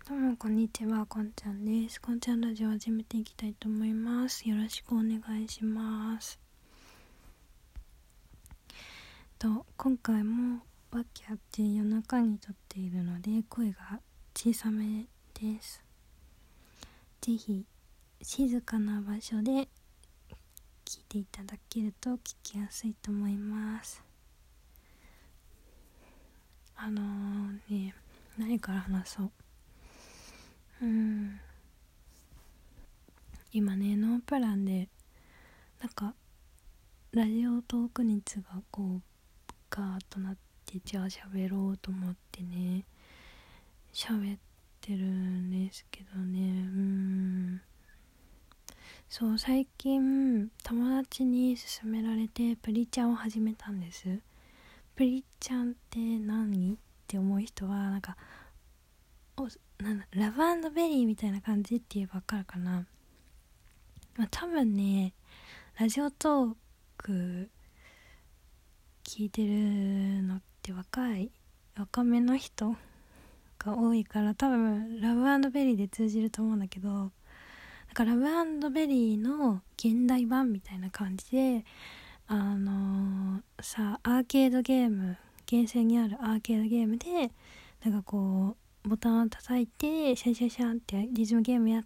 どうもこんにちは、こんちゃんです。こんちゃんラジオ始めていきたいと思います。よろしくお願いします。今回も訳あって夜中に撮っているので声が小さめです。ぜひ静かな場所で聞いていただけると聞きやすいと思います。何から話そう。今ね、ノープランでラジオトーク熱がガーッとなって、じゃあ喋ろうと思ってね喋ってるんですけどね。そう、最近友達に勧められてプリチャンを始めたんです。プリチャンって何って思う人はラブベリーみたいな感じって言えば分かるかな。多分ね、ラジオトーク聞いてるのって若めの人が多いから、多分ラブベリーで通じると思うんだけど、ラブベリーの現代版みたいな感じで、アーケードゲーム、ゲーセンにあるアーケードゲームでボタンを叩いてシャンシャンシャンってリズムゲームやって、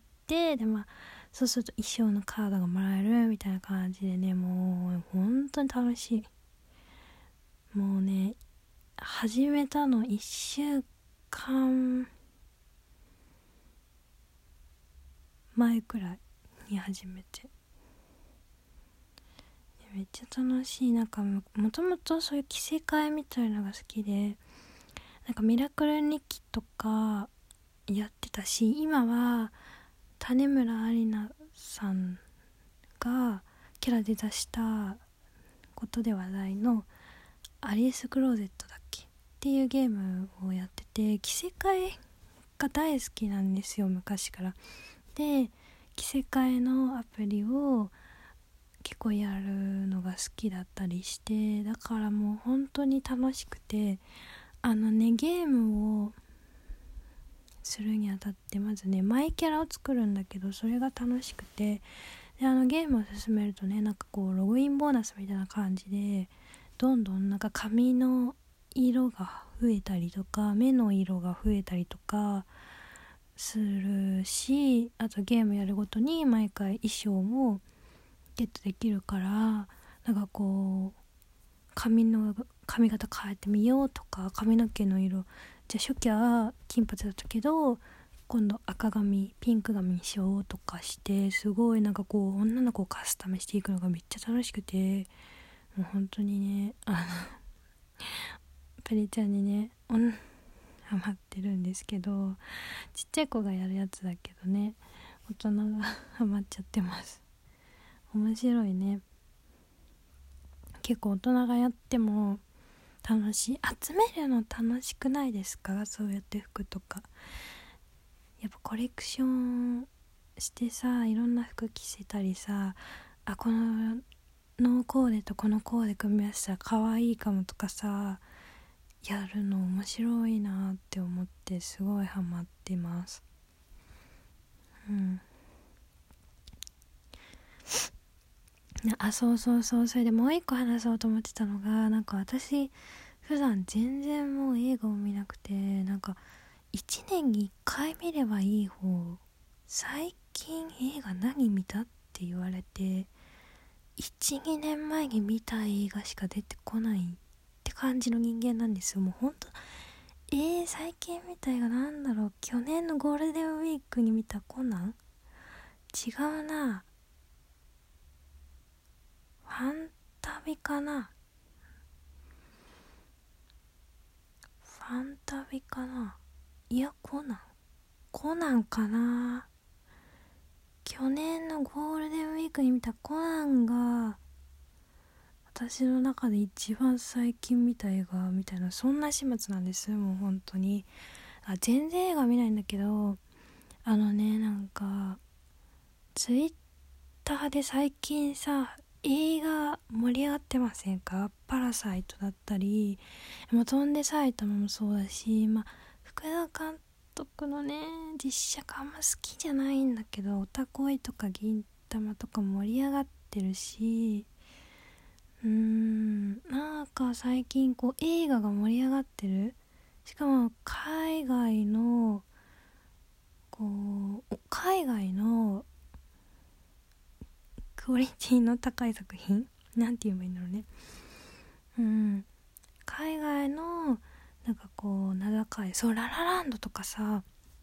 でそうすると衣装のカードがもらえるみたいな感じでね、もう本当に楽しい。もうね、始めたの1週間前くらいに始めて、めっちゃ楽しい。もともとそういう着せ替えみたいなのが好きで、ミラクル日記とかやってたし、今は種村有奈さんがキャラで出したことで話題のアリスクローゼットだっけっていうゲームをやってて、着せ替えが大好きなんですよ、昔から。で、着せ替えのアプリを結構やるのが好きだったりして、だからもう本当に楽しくて、ゲームをするにあたってまずね、マイキャラを作るんだけど、それが楽しくて、でゲームを進めるとね、ログインボーナスみたいな感じでどんどん髪の色が増えたりとか、目の色が増えたりとかするし、あとゲームやるごとに毎回衣装もゲットできるから、髪型変えてみようとか、髪の毛の色、じゃあ初期は金髪だったけど今度赤髪ピンク髪にしようとかして、すごい女の子をカスタムしていくのがめっちゃ楽しくて、もう本当にね、プリちゃんにねハマってるんですけど、ちっちゃい子がやるやつだけどね、大人がハマっちゃってます。面白いね。結構大人がやっても楽しい。集めるの楽しくないですか？そうやって服とかやっぱコレクションしてさ、いろんな服着せたりさ、このコーデとこのコーデ組み合わせたら可愛いかもとかさ、やるの面白いなって思って、すごいハマってます。それでもう一個話そうと思ってたのが、私普段全然もう映画を見なくて、1年に1回見ればいい方、最近映画何見たって言われて 1,2 年前に見た映画しか出てこないって感じの人間なんですよ。もうほんと最近見た映画なんだろう。去年のゴールデンウィークに見たコナン？違うな、ファンタビかな、ファンタビかな、いやコナンかな。去年のゴールデンウィークに見たコナンが私の中で一番最近見た映画みたいな、そんな始末なんです。もう本当に全然映画見ないんだけど、ツイッターで最近さ、映画盛り上がってませんか？パラサイトだったり、飛んで埼玉もそうだし、福田監作のね実写化あんま好きじゃないんだけど、オタ恋とか銀魂とか盛り上がってるし、なんか最近こう映画が盛り上がってる。しかも海外のクオリティの高い作品なんて言えばいいんだろうね。海外のなんかこう名高い、そうララランドとかさ、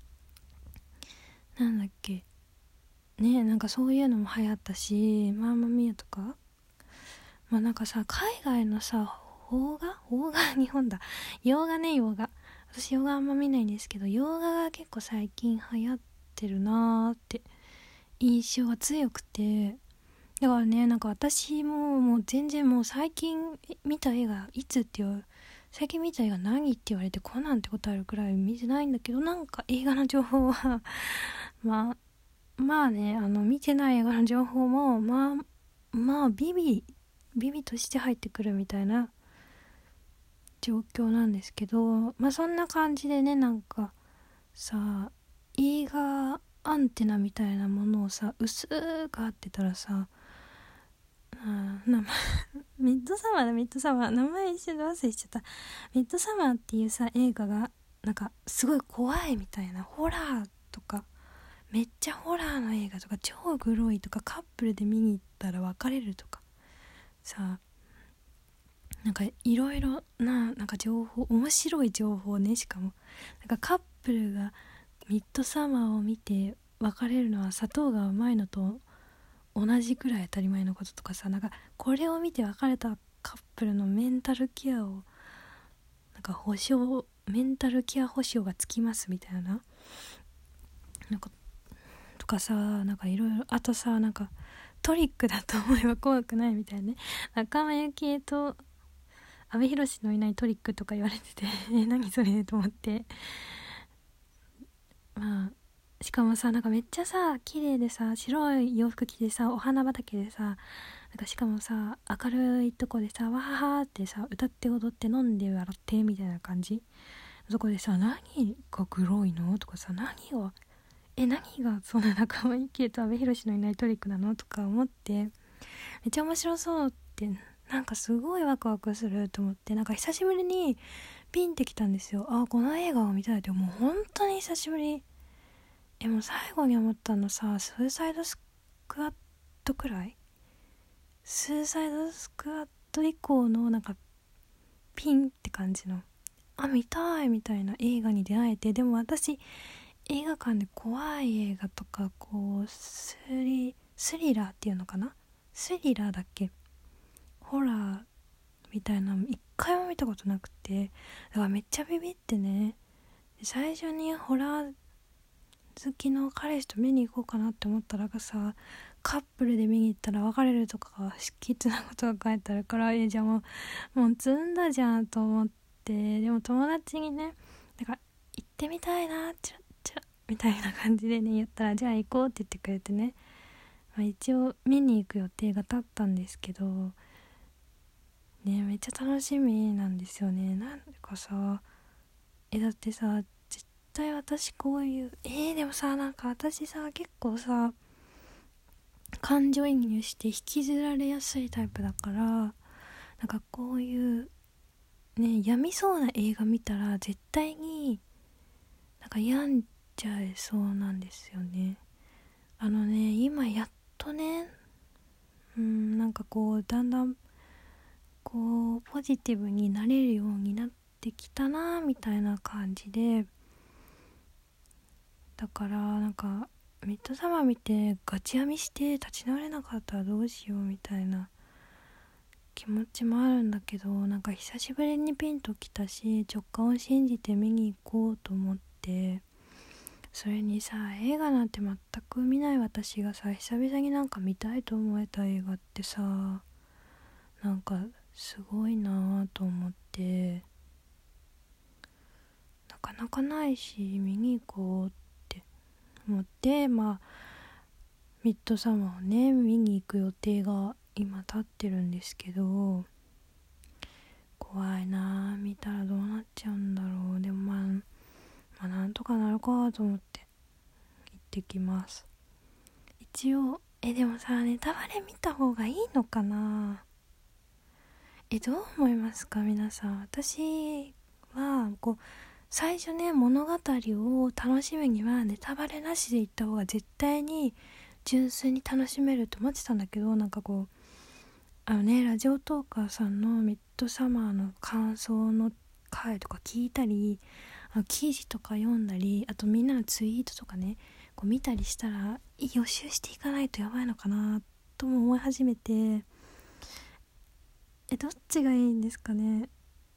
なんだっけね、なんかそういうのも流行ったし、マーマミヤとか、なんかさ、海外のさ、邦画日本だ。洋画ね、洋画。私洋画あんま見ないんですけど、洋画が結構最近流行ってるなーって印象が強くて、だからね、なんか私もう全然もう最近見た映画いつって最近見た映画何って言われてコナンって答えるくらい見てないんだけど、なんか映画の情報はまあね、見てない映画の情報もビビとして入ってくるみたいな状況なんですけど、そんな感じでね、なんかさ、映画アンテナみたいなものをさ薄く張ってたらさ、ミッドサマー名前一瞬で忘れしちゃった。ミッドサマーっていうさ映画がなんかすごい怖いみたいな、ホラーとかめっちゃホラーの映画とか超グロいとか、カップルで見に行ったら別れるとかさ、なんかいろいろなんか面白い情報ね。しかもなんかカップルがミッドサマーを見て別れるのは砂糖がうまいのと同じくらい当たり前のこととかさ、なんかこれを見て別れたカップルのメンタルケアをなんかメンタルケア保証がつきますみたいな、なんかとかさ、なんかいろいろ、あとさ、なんかトリックだと思えば怖くないみたいなね、仲間由紀恵と阿部寛のいないトリックとか言われてて何それと思って、しかもさ、なんかめっちゃさ綺麗でさ、白い洋服着てさ、お花畑でさ、なんかしかもさ明るいとこでさ、わははってさ歌って踊って飲んで笑ってみたいな感じ、そこでさ、何がグロいのとかさ、何がそんな仲間由紀恵と阿部寛のいないトリックなのとか思って、めっちゃ面白そうって、なんかすごいワクワクすると思って、なんか久しぶりにピンってきたんですよ。この映画を見たいって、もう本当に久しぶり。もう最後に思ったのさ、スーサイドスクワットくらい、スーサイドスクワット以降のなんかピンって感じの、見たいみたいな映画に出会えて。でも私映画館で怖い映画とかこうスリラーっていうのかな、スリラーだっけ、ホラーみたいなの一回も見たことなくて、だからめっちゃビビってね、最初にホラー好きの彼氏と見に行こうかなって思ったらさ、カップルで見に行ったら別れるとかきつなことが書いてあるから、じゃあもう積んだじゃんと思って。でも友達にね、だから行ってみたいなみたいな感じでね言ったら、じゃあ行こうって言ってくれてね、一応見に行く予定が立ったんですけどね、めっちゃ楽しみなんですよね。なんかさ、だってさ、絶対私こういうでもさ、なんか私さ結構さ感情移入して引きずられやすいタイプだから、なんかこういうね病みそうな映画見たら絶対になんか病んじゃいそうなんですよね。今やっとね、なんかこうだんだんこうポジティブになれるようになってきたなみたいな感じで、だからなんかミッドサマー見てガチ病みして立ち直れなかったらどうしようみたいな気持ちもあるんだけど、なんか久しぶりにピンときたし、直感を信じて見に行こうと思って。それにさ、映画なんて全く見ない私がさ、久々になんか見たいと思えた映画ってさ、なんかすごいなぁと思って、なかなかないし見に行こうって思って、ミッドサマーをね見に行く予定が今立ってるんですけど、怖いなぁ、見たらどうなっちゃうんだろう。でもなんとかなるかと思って行ってきます。一応でもさ、ネタバレ見た方がいいのかな。どう思いますか皆さん。私は最初ね、物語を楽しむにはネタバレなしで行った方が絶対に純粋に楽しめると思ってたんだけど、ラジオトーカーさんのミッドサマーの感想の回とか聞いたり、記事とか読んだり、あとみんなのツイートとかね見たりしたら、予習していかないとやばいのかなとも思い始めて、どっちがいいんですかね。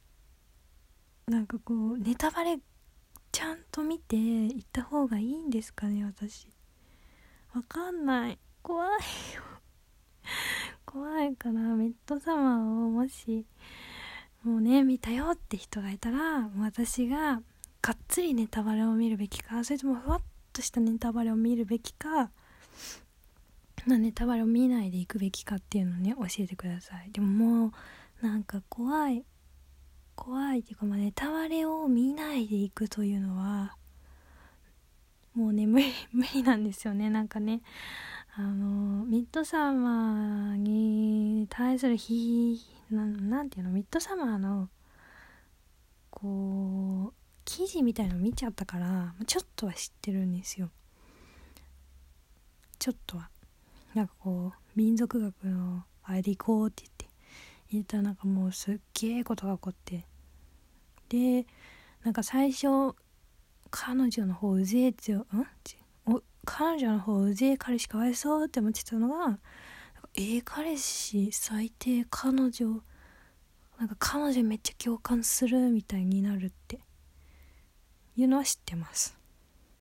ネタバレちゃんと見ていった方がいいんですかね。私わかんない、怖いよ怖いかな。ミッドサマーをもしもうね見たよって人がいたら、私ががっつりネタバレを見るべきか、それともふわっとしたネタバレを見るべきか、ネタバレを見ないでいくべきかっていうのをね教えてください。でももう怖いっていうか、ネタバレを見ないでいくというのはもうね無理なんですよね。ミッドサマーに対するなんていうの、ミッドサマーの記事みたいの見ちゃったから、ちょっとは知ってるんですよ。ちょっとは民族学のあれで行こうって言ったら、もうすっげえことが起こって、で最初彼女の方うぜえって彼女の方うぜえ彼氏かわいそうって思ってたのが、彼氏最低、彼女めっちゃ共感するみたいになるっていうのは知ってます。